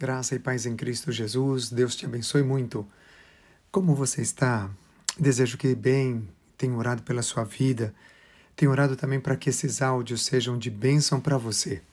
Graça e paz em Cristo Jesus, Deus te abençoe muito. Como você está? Desejo que bem, tenho orado pela sua vida, tenho orado também para que esses áudios sejam de bênção para você.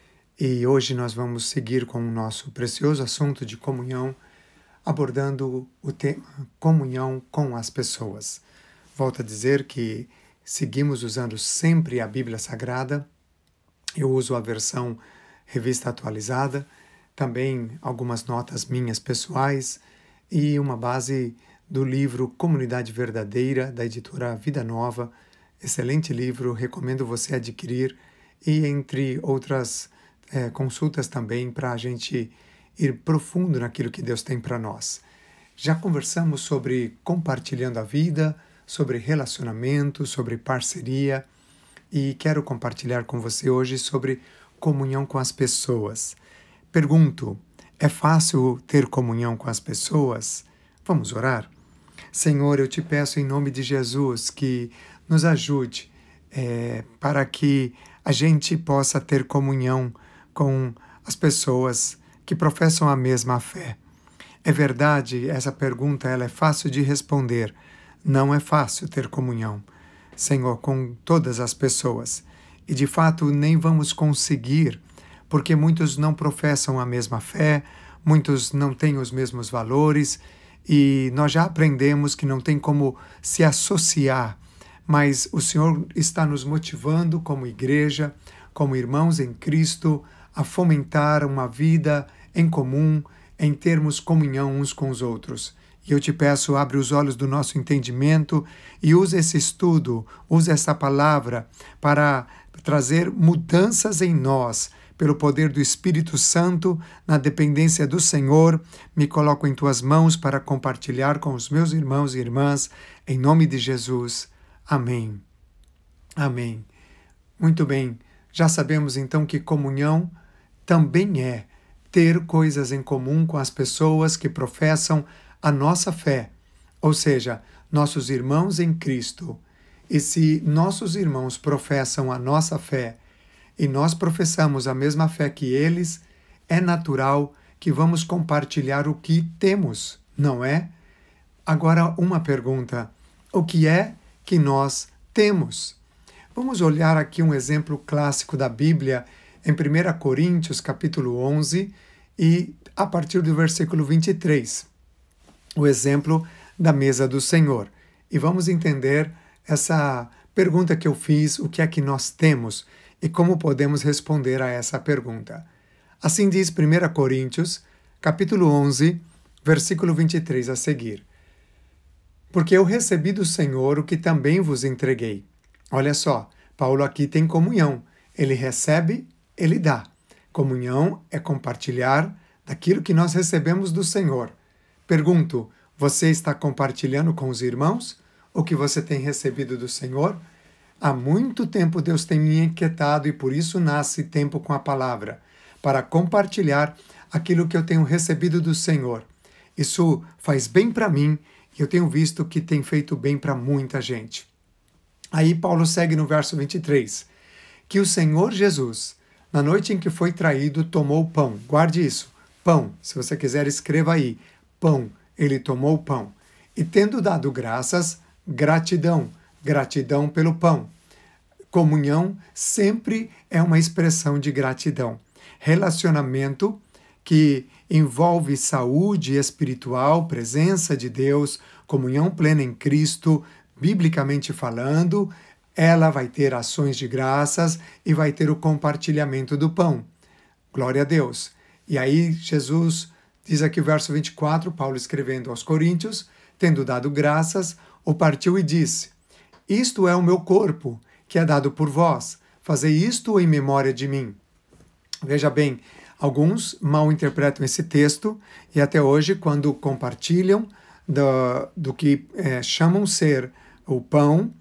E hoje nós vamos seguir com o nosso precioso assunto de comunhão, abordando o tema comunhão com as pessoas. Volto a dizer que seguimos usando sempre a Bíblia Sagrada. Eu uso a versão revista atualizada, também algumas notas minhas pessoais e uma base do livro Comunidade Verdadeira, da editora Vida Nova. Excelente livro, recomendo você adquirir, e entre outras consultas também para a gente ir profundo naquilo que Deus tem para nós. Já conversamos sobre compartilhando a vida, sobre relacionamento, sobre parceria, e quero compartilhar com você hoje sobre comunhão com as pessoas. Pergunto, é fácil ter comunhão com as pessoas? Vamos orar? Senhor, eu te peço em nome de Jesus que nos ajude para que a gente possa ter comunhão com as pessoas que professam a mesma fé. É verdade, essa pergunta ela é fácil de responder. Não é fácil ter comunhão, Senhor, com todas as pessoas. E de fato nem vamos conseguir, porque muitos não professam a mesma fé, muitos não têm os mesmos valores, e nós já aprendemos que não tem como se associar, mas o Senhor está nos motivando como igreja, como irmãos em Cristo, a fomentar uma vida em comum, em termos comunhão uns com os outros. E eu te peço, abre os olhos do nosso entendimento e use esse estudo, use essa palavra para trazer mudanças em nós, pelo poder do Espírito Santo, na dependência do Senhor. Me coloco em tuas mãos para compartilhar com os meus irmãos e irmãs, em nome de Jesus. Amém. Amém. Muito bem, já sabemos então que comunhão também é ter coisas em comum com as pessoas que professam a nossa fé, ou seja, nossos irmãos em Cristo. E se nossos irmãos professam a nossa fé e nós professamos a mesma fé que eles, é natural que vamos compartilhar o que temos, não é? Agora, uma pergunta: o que é que nós temos? Vamos olhar aqui um exemplo clássico da Bíblia em 1 Coríntios, capítulo 11, e a partir do versículo 23. O exemplo da mesa do Senhor. E vamos entender essa pergunta que eu fiz, o que é que nós temos e como podemos responder a essa pergunta. Assim diz 1 Coríntios, capítulo 11, versículo 23 a seguir. Porque eu recebi do Senhor o que também vos entreguei. Olha só, Paulo aqui tem comunhão. Ele recebe, ele dá. Comunhão é compartilhar daquilo que nós recebemos do Senhor. Pergunto, você está compartilhando com os irmãos o que você tem recebido do Senhor? Há muito tempo Deus tem me inquietado e por isso nasce Tempo com a Palavra, para compartilhar aquilo que eu tenho recebido do Senhor. Isso faz bem para mim e eu tenho visto que tem feito bem para muita gente. Aí Paulo segue no verso 23, que o Senhor Jesus, na noite em que foi traído, tomou o pão. Guarde isso, pão, se você quiser escreva aí, pão, ele tomou o pão. E tendo dado graças, gratidão pelo pão. Comunhão sempre é uma expressão de gratidão. Relacionamento que envolve saúde espiritual, presença de Deus, comunhão plena em Cristo, biblicamente falando, ela vai ter ações de graças e vai ter o compartilhamento do pão. Glória a Deus. E aí Jesus diz aqui o verso 24, Paulo escrevendo aos Coríntios, tendo dado graças, o partiu e disse: Isto é o meu corpo, que é dado por vós. Fazei isto em memória de mim. Veja bem, alguns mal interpretam esse texto e até hoje, quando compartilham do que chamam ser o pão,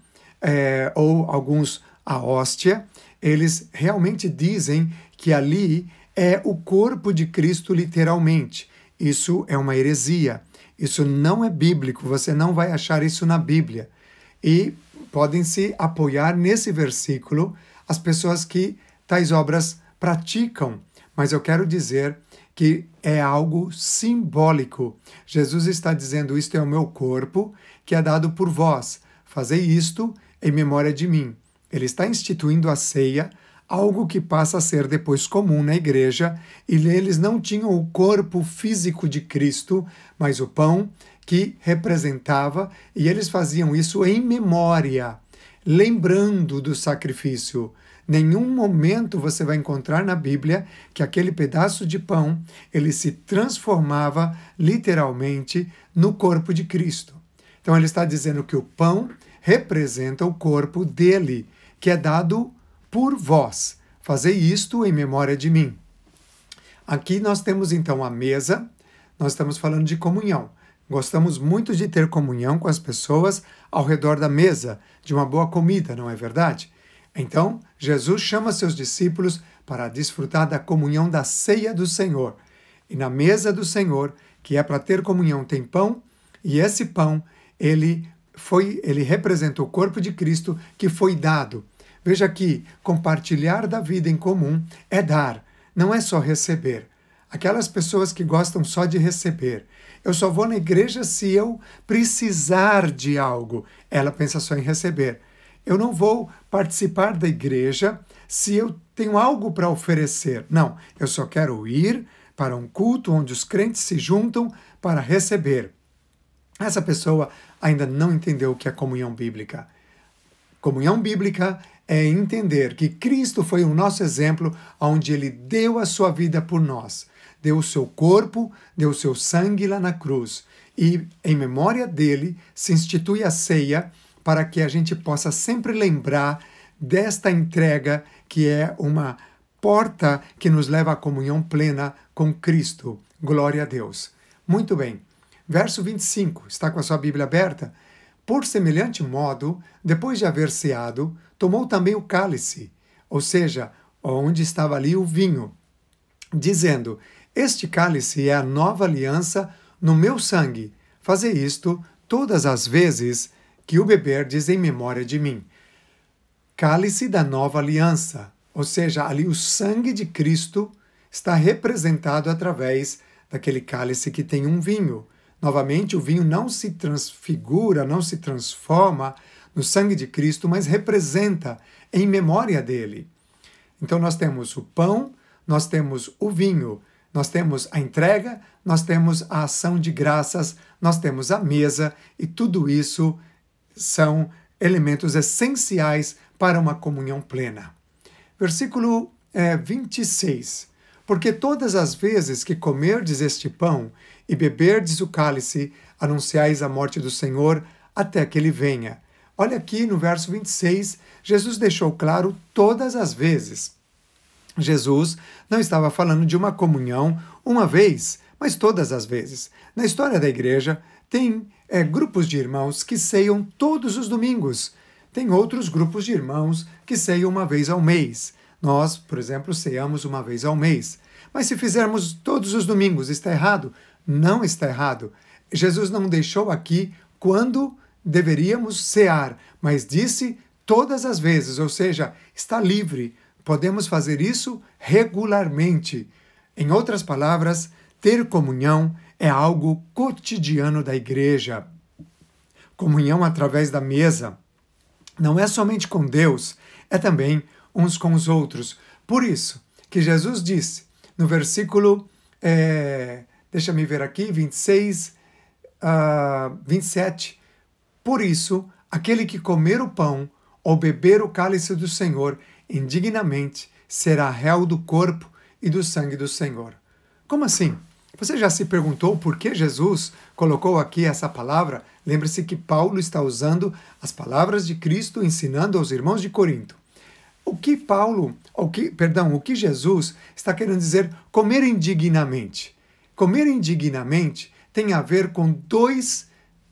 ou alguns a hóstia, eles realmente dizem que ali é o corpo de Cristo literalmente. Isso é uma heresia. Isso não é bíblico, você não vai achar isso na Bíblia. E podem se apoiar nesse versículo as pessoas que tais obras praticam, mas eu quero dizer que é algo simbólico. Jesus está dizendo: isto é o meu corpo, que é dado por vós. Fazei isto em memória de mim. Ele está instituindo a ceia, algo que passa a ser depois comum na igreja, e eles não tinham o corpo físico de Cristo, mas o pão que representava, e eles faziam isso em memória, lembrando do sacrifício. Nenhum momento você vai encontrar na Bíblia que aquele pedaço de pão ele se transformava literalmente no corpo de Cristo. Então ele está dizendo que o pão representa o corpo dele, que é dado por vós. Fazei isto em memória de mim. Aqui nós temos então a mesa, nós estamos falando de comunhão. Gostamos muito de ter comunhão com as pessoas ao redor da mesa, de uma boa comida, não é verdade? Então, Jesus chama seus discípulos para desfrutar da comunhão da ceia do Senhor. E na mesa do Senhor, que é para ter comunhão, tem pão, e esse pão, ele representa o corpo de Cristo que foi dado. Veja que compartilhar da vida em comum é dar, não é só receber. Aquelas pessoas que gostam só de receber. Eu só vou na igreja se eu precisar de algo. Ela pensa só em receber. Eu não vou participar da igreja se eu tenho algo para oferecer. Não, eu só quero ir para um culto onde os crentes se juntam para receber. Essa pessoa ainda não entendeu o que é comunhão bíblica. Comunhão bíblica é entender que Cristo foi o nosso exemplo, onde ele deu a sua vida por nós. Deu o seu corpo, deu o seu sangue lá na cruz. E em memória dele se institui a ceia para que a gente possa sempre lembrar desta entrega que é uma porta que nos leva à comunhão plena com Cristo. Glória a Deus. Muito bem. Verso 25. Está com a sua Bíblia aberta? Por semelhante modo, depois de haver ceado, tomou também o cálice, ou seja, onde estava ali o vinho, dizendo: este cálice é a nova aliança no meu sangue. Fazei isto todas as vezes que o beberdes em memória de mim. Cálice da nova aliança, ou seja, ali o sangue de Cristo está representado através daquele cálice que tem um vinho. Novamente, o vinho não se transfigura, não se transforma no sangue de Cristo, mas representa em memória dele. Então nós temos o pão, nós temos o vinho, nós temos a entrega, nós temos a ação de graças, nós temos a mesa, e tudo isso são elementos essenciais para uma comunhão plena. Versículo 26. Porque todas as vezes que comerdes este pão e beberdes o cálice, anunciais a morte do Senhor até que ele venha. Olha aqui no verso 26, Jesus deixou claro todas as vezes. Jesus não estava falando de uma comunhão uma vez, mas todas as vezes. Na história da igreja, tem grupos de irmãos que ceiam todos os domingos. Tem outros grupos de irmãos que ceiam uma vez ao mês. Nós, por exemplo, ceamos uma vez ao mês. Mas se fizermos todos os domingos, está errado? Não está errado. Jesus não deixou aqui quando deveríamos cear, mas disse todas as vezes, ou seja, está livre. Podemos fazer isso regularmente. Em outras palavras, ter comunhão é algo cotidiano da igreja. Comunhão através da mesa não é somente com Deus, é também uns com os outros. Por isso que Jesus disse no versículo, deixa-me ver aqui, 26, 27, por isso, aquele que comer o pão ou beber o cálice do Senhor indignamente será réu do corpo e do sangue do Senhor. Como assim? Você já se perguntou por que Jesus colocou aqui essa palavra? Lembre-se que Paulo está usando as palavras de Cristo ensinando aos irmãos de Corinto. O que Jesus está querendo dizer comer indignamente? Comer indignamente tem a ver com dois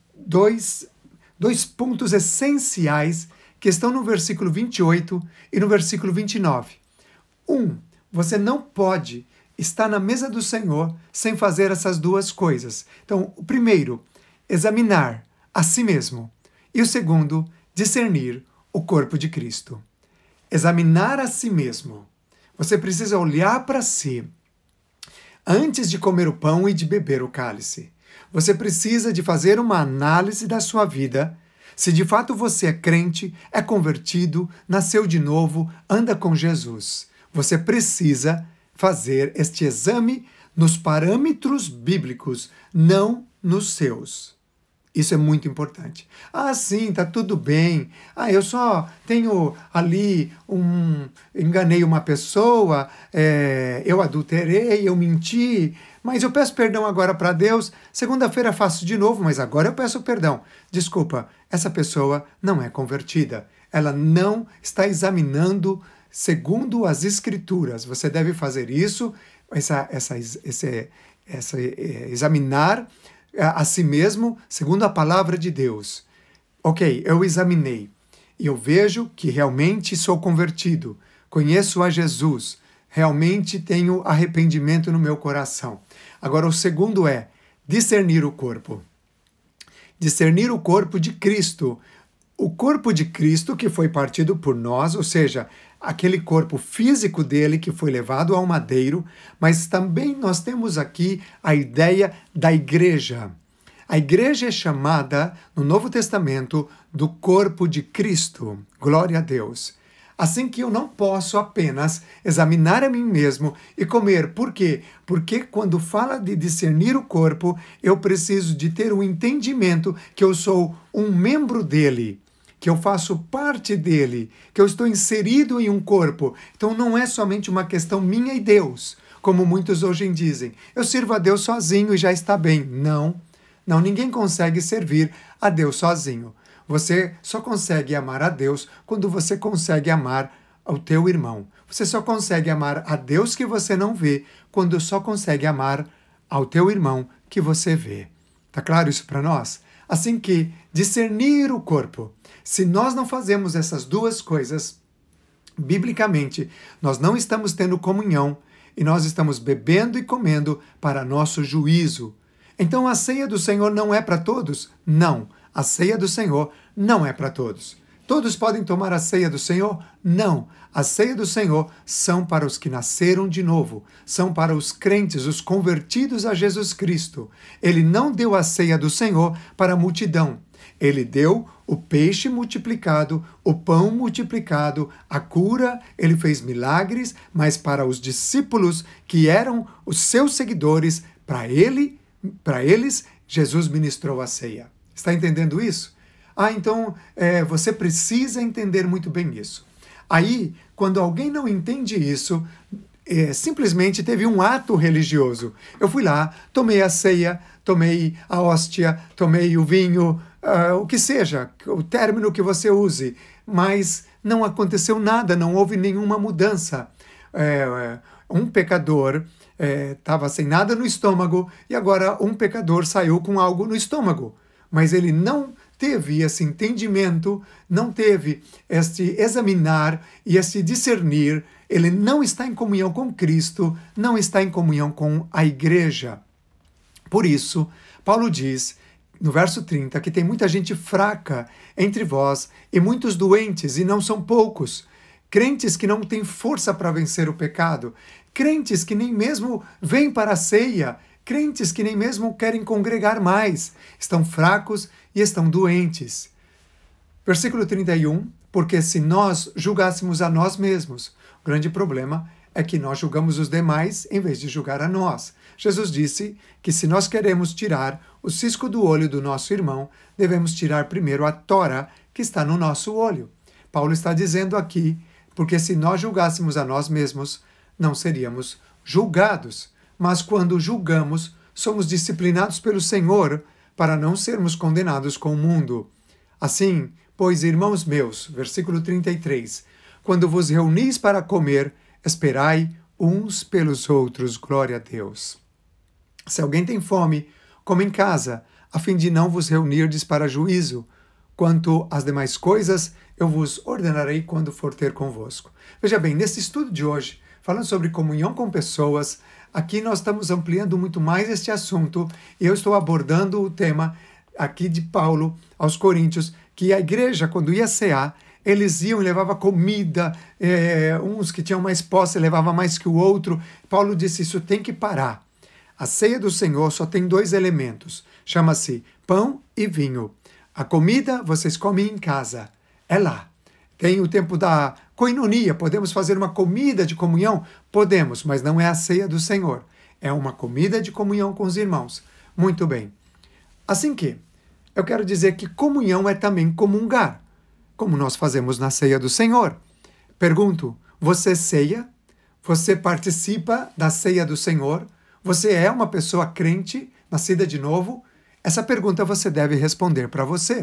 pontos essenciais que estão no versículo 28 e no versículo 29. Você não pode estar na mesa do Senhor sem fazer essas duas coisas. Então, o primeiro, examinar a si mesmo. E o segundo, discernir o corpo de Cristo. Examinar a si mesmo. Você precisa olhar para si antes de comer o pão e de beber o cálice. Você precisa de fazer uma análise da sua vida. Se de fato você é crente, é convertido, nasceu de novo, anda com Jesus. Você precisa fazer este exame nos parâmetros bíblicos, não nos seus. Isso é muito importante. Ah, sim, tá tudo bem. Ah, eu só tenho ali enganei uma pessoa, eu adulterei, eu menti, mas eu peço perdão agora para Deus. Segunda-feira faço de novo, mas agora eu peço perdão. Desculpa, essa pessoa não é convertida. Ela não está examinando segundo as Escrituras. Você deve fazer isso, examinar a si mesmo segundo a palavra de Deus. Ok, eu examinei e eu vejo que realmente sou convertido, conheço a Jesus, realmente tenho arrependimento no meu coração. Agora o segundo é discernir o corpo. Discernir o corpo de Cristo. O corpo de Cristo que foi partido por nós, ou seja, aquele corpo físico dele que foi levado ao madeiro, mas também nós temos aqui a ideia da igreja. A igreja é chamada, no Novo Testamento, do corpo de Cristo. Glória a Deus. Assim que eu não posso apenas examinar a mim mesmo e comer. Por quê? Porque quando fala de discernir o corpo, eu preciso de ter o entendimento que eu sou um membro dele, que eu faço parte dele, que eu estou inserido em um corpo. Então não é somente uma questão minha e Deus, como muitos hoje dizem. Eu sirvo a Deus sozinho e já está bem. Não, ninguém consegue servir a Deus sozinho. Você só consegue amar a Deus quando você consegue amar ao teu irmão. Você só consegue amar a Deus que você não vê quando só consegue amar ao teu irmão que você vê. Tá claro isso para nós? Assim que discernir o corpo. Se nós não fazemos essas duas coisas, biblicamente, nós não estamos tendo comunhão e nós estamos bebendo e comendo para nosso juízo. Então a ceia do Senhor não é para todos? Não, a ceia do Senhor não é para todos. Todos podem tomar a ceia do Senhor? Não. A ceia do Senhor são para os que nasceram de novo, são para os crentes, os convertidos a Jesus Cristo. Ele não deu a ceia do Senhor para a multidão. Ele deu o peixe multiplicado, o pão multiplicado, a cura, ele fez milagres, mas para os discípulos que eram os seus seguidores, para eles, Jesus ministrou a ceia. Está entendendo isso? Então você precisa entender muito bem isso. Aí, quando alguém não entende isso, simplesmente teve um ato religioso. Eu fui lá, tomei a ceia, tomei a hóstia, tomei o vinho, o que seja, o término que você use, mas não aconteceu nada, não houve nenhuma mudança. Um pecador estava sem nada no estômago e agora um pecador saiu com algo no estômago, mas ele não teve esse entendimento, não teve este examinar e este discernir, ele não está em comunhão com Cristo, não está em comunhão com a igreja. Por isso, Paulo diz, no verso 30, que tem muita gente fraca entre vós e muitos doentes, e não são poucos, crentes que não têm força para vencer o pecado, crentes que nem mesmo vêm para a ceia, crentes que nem mesmo querem congregar mais, estão fracos e estão doentes. Versículo 31, porque se nós julgássemos a nós mesmos, o grande problema é que nós julgamos os demais em vez de julgar a nós. Jesus disse que se nós queremos tirar o cisco do olho do nosso irmão, devemos tirar primeiro a tora que está no nosso olho. Paulo está dizendo aqui, porque se nós julgássemos a nós mesmos, não seríamos julgados. Mas quando julgamos, somos disciplinados pelo Senhor para não sermos condenados com o mundo. Assim, pois, irmãos meus, versículo 33, quando vos reunis para comer, esperai uns pelos outros, glória a Deus. Se alguém tem fome, coma em casa, a fim de não vos reunirdes para juízo. Quanto às demais coisas, eu vos ordenarei quando for ter convosco. Veja bem, nesse estudo de hoje, falando sobre comunhão com pessoas, aqui nós estamos ampliando muito mais este assunto e eu estou abordando o tema aqui de Paulo aos Coríntios, que a igreja, quando ia cear, eles iam e levavam comida, uns que tinham mais posse levavam mais que o outro. Paulo disse, isso tem que parar. A ceia do Senhor só tem 2 elementos, chama-se pão e vinho. A comida vocês comem em casa, é lá. Tem o tempo da koinonia, podemos fazer uma comida de comunhão? Podemos, mas não é a ceia do Senhor. É uma comida de comunhão com os irmãos. Muito bem. Assim que, eu quero dizer que comunhão é também comungar, como nós fazemos na ceia do Senhor. Pergunto, você ceia? Você participa da ceia do Senhor? Você é uma pessoa crente, nascida de novo? Essa pergunta você deve responder para você.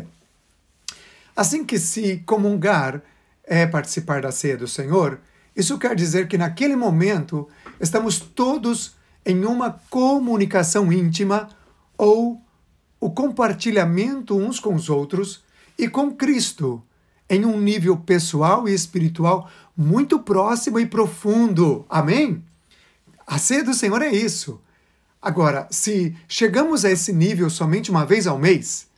Assim que se comungar é participar da ceia do Senhor, isso quer dizer que naquele momento estamos todos em uma comunicação íntima ou o compartilhamento uns com os outros e com Cristo em um nível pessoal e espiritual muito próximo e profundo. Amém? A ceia do Senhor é isso. Agora, se chegamos a esse nível somente uma vez ao mês,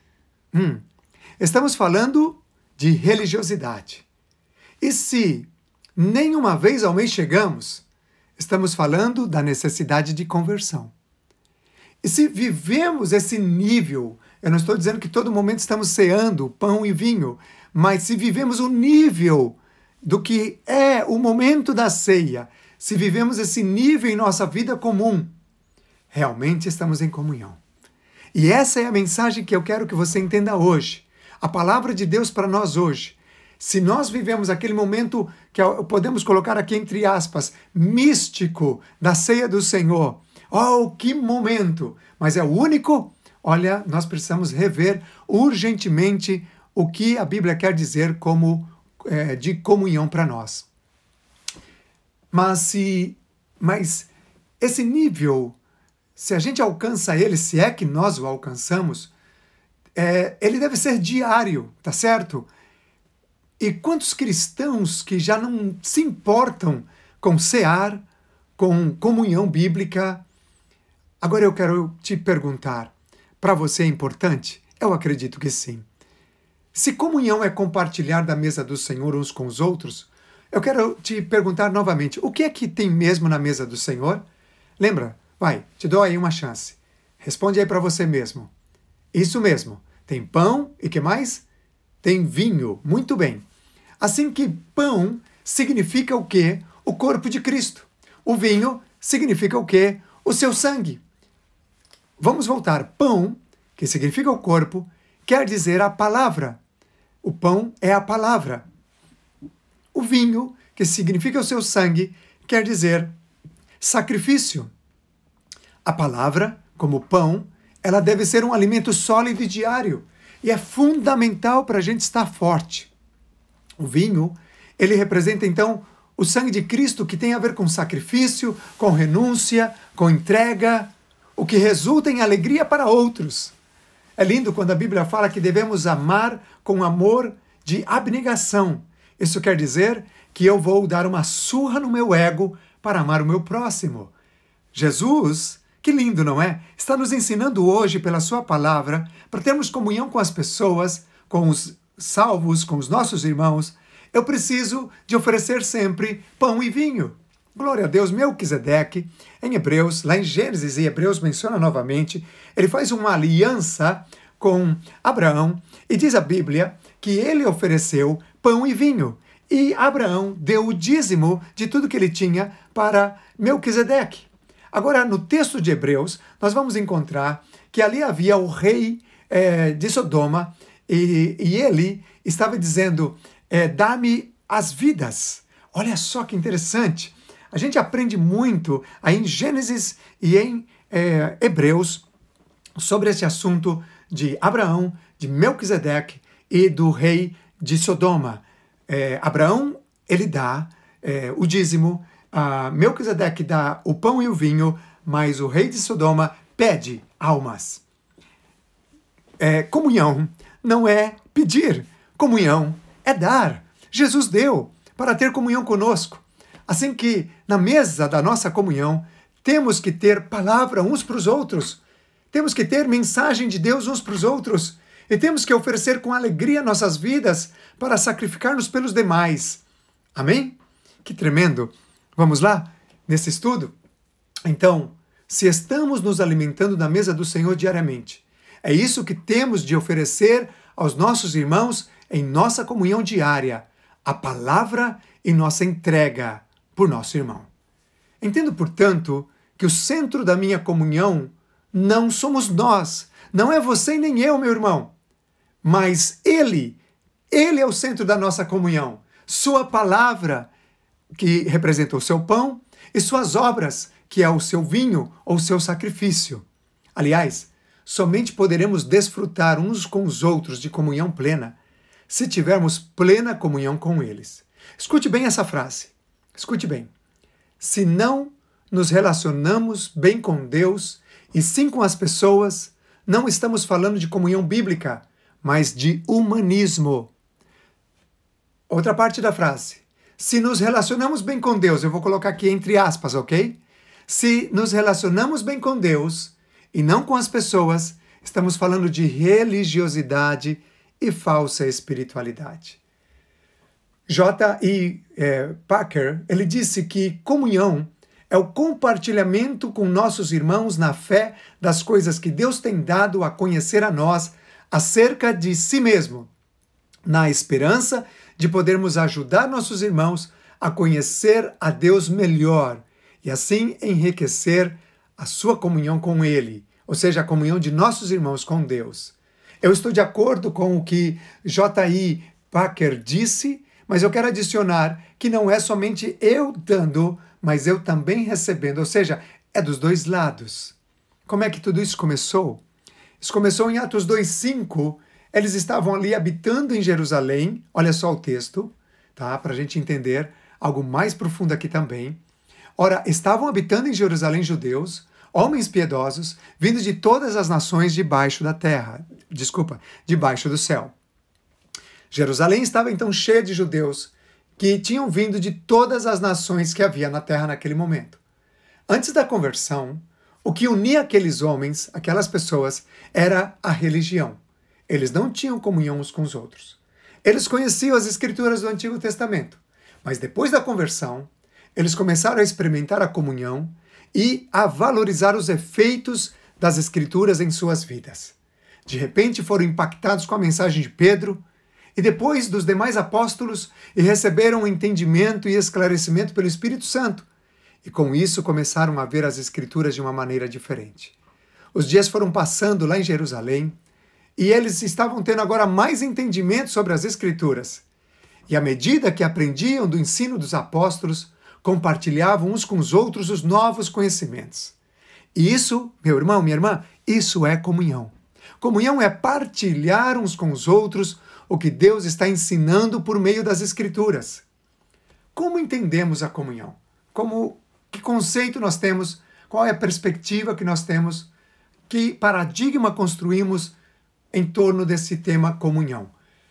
estamos falando de religiosidade. E se nem uma vez ao mês chegamos, estamos falando da necessidade de conversão. E se vivemos esse nível, eu não estou dizendo que todo momento estamos ceando pão e vinho, mas se vivemos o nível do que é o momento da ceia, se vivemos esse nível em nossa vida comum, realmente estamos em comunhão. E essa é a mensagem que eu quero que você entenda hoje. A palavra de Deus para nós hoje. Se nós vivemos aquele momento que podemos colocar aqui entre aspas, místico da ceia do Senhor, oh, que momento! Mas é o único? Olha, nós precisamos rever urgentemente o que a Bíblia quer dizer como de comunhão para nós. Mas esse nível, se a gente alcança ele, se é que nós o alcançamos, ele deve ser diário, tá certo? E quantos cristãos que já não se importam com cear, com comunhão bíblica? Agora eu quero te perguntar, para você é importante? Eu acredito que sim. Se comunhão é compartilhar da mesa do Senhor uns com os outros, eu quero te perguntar novamente, o que é que tem mesmo na mesa do Senhor? Lembra? Vai, te dou aí uma chance. Responde aí para você mesmo. Isso mesmo. Tem pão e que mais? Tem vinho. Muito bem. Assim que pão significa o quê? O corpo de Cristo. O vinho significa o quê? O seu sangue. Vamos voltar. Pão, que significa o corpo, quer dizer a palavra. O pão é a palavra. O vinho, que significa o seu sangue, quer dizer sacrifício. A palavra, como pão, ela deve ser um alimento sólido e diário. E é fundamental para a gente estar forte. O vinho, ele representa então o sangue de Cristo, que tem a ver com sacrifício, com renúncia, com entrega, o que resulta em alegria para outros. É lindo quando a Bíblia fala que devemos amar com amor de abnegação. Isso quer dizer que eu vou dar uma surra no meu ego para amar o meu próximo. Jesus, que lindo, não é? Está nos ensinando hoje pela sua palavra para termos comunhão com as pessoas, com os salvos, com os nossos irmãos. Eu preciso de oferecer sempre pão e vinho. Glória a Deus, Melquisedeque, em Hebreus, lá em Gênesis e Hebreus menciona novamente, ele faz uma aliança com Abraão e diz a Bíblia que ele ofereceu pão e vinho. E Abraão deu o dízimo de tudo que ele tinha para Melquisedeque. Agora, no texto de Hebreus, nós vamos encontrar que ali havia o rei de Sodoma e ele estava dizendo, dá-me as vidas. Olha só que interessante. A gente aprende muito aí em Gênesis e em Hebreus sobre esse assunto de Abraão, de Melquisedeque e do rei de Sodoma. Abraão, ele dá o dízimo, Melquisedeque dá o pão e o vinho, mas o rei de Sodoma pede almas. Comunhão não é pedir, comunhão é dar. Jesus deu para ter comunhão conosco. Assim que, na mesa da nossa comunhão, temos que ter palavra uns para os outros. Temos que ter mensagem de Deus uns para os outros. E temos que oferecer com alegria nossas vidas para sacrificar-nos pelos demais. Amém? Que tremendo! Vamos lá, nesse estudo? Então, se estamos nos alimentando da mesa do Senhor diariamente, é isso que temos de oferecer aos nossos irmãos em nossa comunhão diária, a palavra e nossa entrega por nosso irmão. Entendo, portanto, que o centro da minha comunhão não somos nós, não é você nem eu, meu irmão, mas Ele é o centro da nossa comunhão. Sua palavra, que representa o seu pão, e suas obras, que é o seu vinho ou o seu sacrifício. Aliás, somente poderemos desfrutar uns com os outros de comunhão plena se tivermos plena comunhão com eles. Escute bem essa frase. Escute bem. Se não nos relacionamos bem com Deus e sim com as pessoas, não estamos falando de comunhão bíblica, mas de humanismo. Outra parte da frase. Se nos relacionamos bem com Deus, eu vou colocar aqui entre aspas, ok? Se nos relacionamos bem com Deus e não com as pessoas, estamos falando de religiosidade e falsa espiritualidade. J.I. Packer, ele disse que comunhão é o compartilhamento com nossos irmãos na fé das coisas que Deus tem dado a conhecer a nós acerca de si mesmo, na esperança de podermos ajudar nossos irmãos a conhecer a Deus melhor e assim enriquecer a sua comunhão com Ele, ou seja, a comunhão de nossos irmãos com Deus. Eu estou de acordo com o que J.I. Packer disse, mas eu quero adicionar que não é somente eu dando, mas eu também recebendo, ou seja, é dos dois lados. Como é que tudo isso começou? Isso começou em Atos 2:5. Eles estavam ali habitando em Jerusalém, olha só o texto, tá? Para a gente entender algo mais profundo aqui também. Ora, estavam habitando em Jerusalém judeus, homens piedosos, vindos de todas as nações debaixo do céu. Jerusalém estava então cheia de judeus que tinham vindo de todas as nações que havia na terra naquele momento. Antes da conversão, o que unia aqueles homens, aquelas pessoas, era a religião. Eles não tinham comunhão uns com os outros. Eles conheciam as escrituras do Antigo Testamento, mas depois da conversão, eles começaram a experimentar a comunhão e a valorizar os efeitos das escrituras em suas vidas. De repente foram impactados com a mensagem de Pedro e depois dos demais apóstolos e receberam entendimento e esclarecimento pelo Espírito Santo. E com isso começaram a ver as escrituras de uma maneira diferente. Os dias foram passando lá em Jerusalém e eles estavam tendo agora mais entendimento sobre as escrituras. E à medida que aprendiam do ensino dos apóstolos, compartilhavam uns com os outros os novos conhecimentos. E isso, meu irmão, minha irmã, isso é comunhão. Comunhão é partilhar uns com os outros o que Deus está ensinando por meio das Escrituras. Como entendemos a comunhão? Que conceito nós temos? Qual é a perspectiva que nós temos? Que paradigma construímos em torno desse tema comunhão?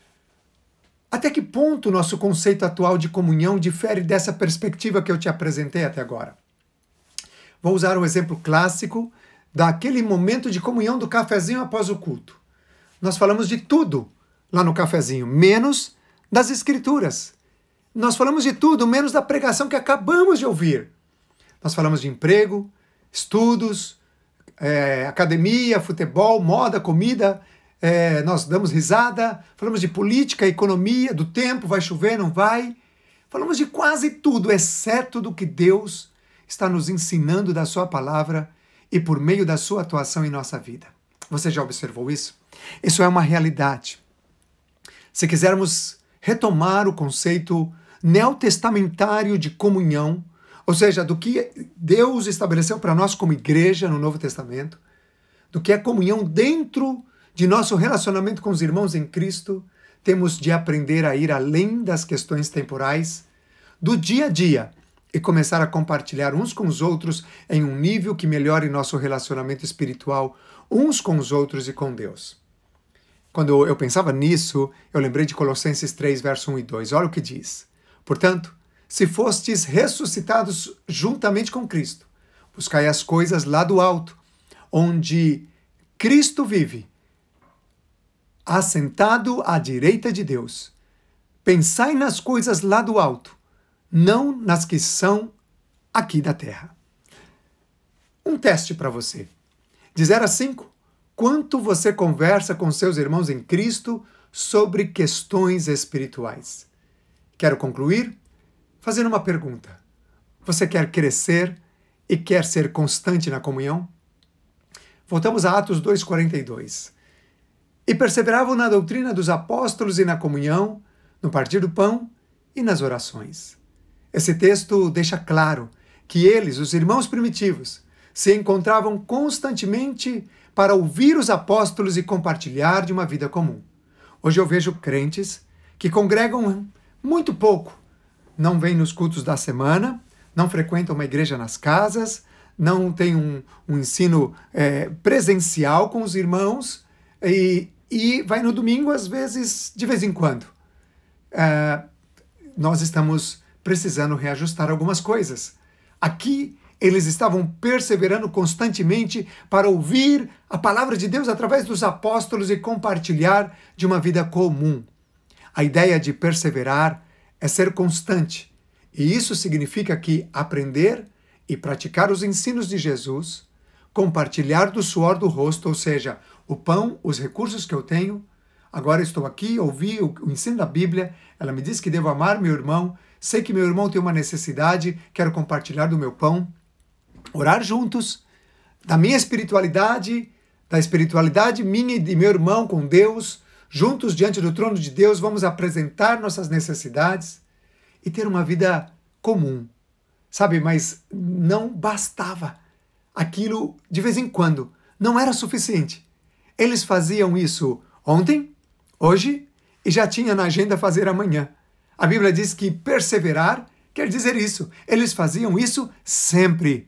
Até que ponto o nosso conceito atual de comunhão difere dessa perspectiva que eu te apresentei até agora? Vou usar um exemplo clássico daquele momento de comunhão do cafezinho após o culto. Nós falamos de tudo lá no cafezinho, menos das escrituras. Nós falamos de tudo, menos da pregação que acabamos de ouvir. Nós falamos de emprego, estudos, academia, futebol, moda, comida, nós damos risada, falamos de política, economia, do tempo, vai chover, não vai. Falamos de quase tudo, exceto do que Deus está nos ensinando da sua palavra e por meio da sua atuação em nossa vida. Você já observou isso? Isso é uma realidade. Se quisermos retomar o conceito neotestamentário de comunhão, ou seja, do que Deus estabeleceu para nós como igreja no Novo Testamento, do que é comunhão dentro de nosso relacionamento com os irmãos em Cristo, temos de aprender a ir além das questões temporais, do dia a dia, e começar a compartilhar uns com os outros em um nível que melhore nosso relacionamento espiritual uns com os outros e com Deus. Quando eu pensava nisso, eu lembrei de Colossenses 3, verso 1 e 2. Olha o que diz. Portanto, se fostes ressuscitados juntamente com Cristo, buscai as coisas lá do alto, onde Cristo vive. assentado à direita de Deus. Pensai nas coisas lá do alto, não nas que são aqui da terra. Um teste para você. De 0 a 5, quanto você conversa com seus irmãos em Cristo sobre questões espirituais? Quero concluir fazendo uma pergunta. Você quer crescer e quer ser constante na comunhão? Voltamos a Atos 2,42. E perseveravam na doutrina dos apóstolos e na comunhão, no partir do pão e nas orações. Esse texto deixa claro que eles, os irmãos primitivos, se encontravam constantemente para ouvir os apóstolos e compartilhar de uma vida comum. Hoje eu vejo crentes que congregam muito pouco, não vêm nos cultos da semana, não frequentam uma igreja nas casas, não têm um ensino presencial com os irmãos e vai no domingo, às vezes, de vez em quando. Nós estamos precisando reajustar algumas coisas. Aqui, eles estavam perseverando constantemente para ouvir a palavra de Deus através dos apóstolos e compartilhar de uma vida comum. A ideia de perseverar é ser constante. E isso significa que aprender e praticar os ensinos de Jesus, compartilhar do suor do rosto, ou seja, o pão, os recursos que eu tenho. Agora estou aqui, ouvi o ensino da Bíblia, ela me diz que devo amar meu irmão, sei que meu irmão tem uma necessidade, quero compartilhar do meu pão. Orar juntos, da minha espiritualidade, da espiritualidade minha e de meu irmão com Deus, juntos diante do trono de Deus, vamos apresentar nossas necessidades e ter uma vida comum, sabe? Mas não bastava. Aquilo, de vez em quando, não era suficiente. Eles faziam isso ontem, hoje e já tinha na agenda fazer amanhã. A Bíblia diz que perseverar quer dizer isso. Eles faziam isso sempre.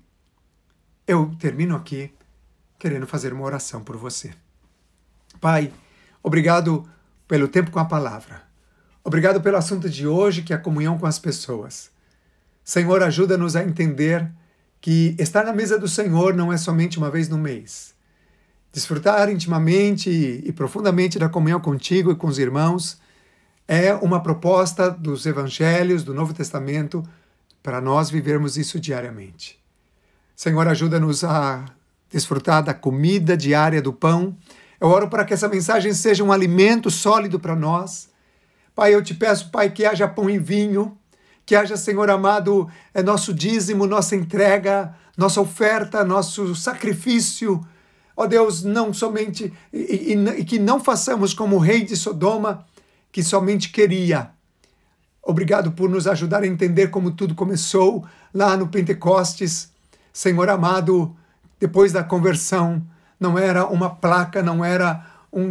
Eu termino aqui querendo fazer uma oração por você. Pai, obrigado pelo tempo com a palavra. Obrigado pelo assunto de hoje, que é a comunhão com as pessoas. Senhor, ajuda-nos a entender que estar na mesa do Senhor não é somente uma vez no mês. Desfrutar intimamente e profundamente da comunhão contigo e com os irmãos é uma proposta dos evangelhos, do Novo Testamento, para nós vivermos isso diariamente. Senhor, ajuda-nos a desfrutar da comida diária do pão. Eu oro para que essa mensagem seja um alimento sólido para nós. Pai, eu te peço, Pai, que haja pão e vinho, que haja, Senhor amado, nosso dízimo, nossa entrega, nossa oferta, nosso sacrifício. Ó Deus, não somente, e que não façamos como o rei de Sodoma, que somente queria. Obrigado por nos ajudar a entender como tudo começou lá no Pentecostes. Senhor amado, depois da conversão, não era uma placa, não era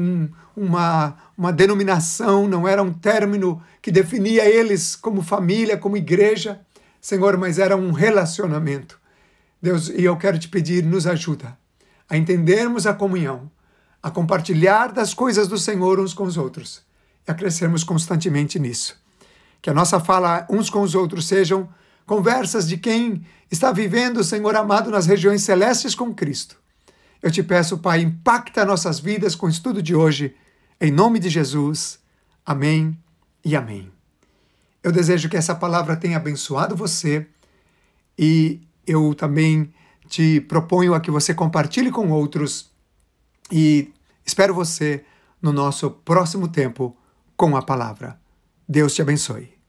uma denominação, não era um término que definia eles como família, como igreja, Senhor, mas era um relacionamento. Deus, e eu quero te pedir, nos ajuda a entendermos a comunhão, a compartilhar das coisas do Senhor uns com os outros e a crescermos constantemente nisso. Que a nossa fala uns com os outros sejam conversas de quem está vivendo, Senhor amado, nas regiões celestes com Cristo. Eu te peço, Pai, impacta nossas vidas com o estudo de hoje, em nome de Jesus. Amém e amém. Eu desejo que essa palavra tenha abençoado você e eu também te proponho a que você compartilhe com outros e espero você no nosso próximo tempo com a palavra. Deus te abençoe.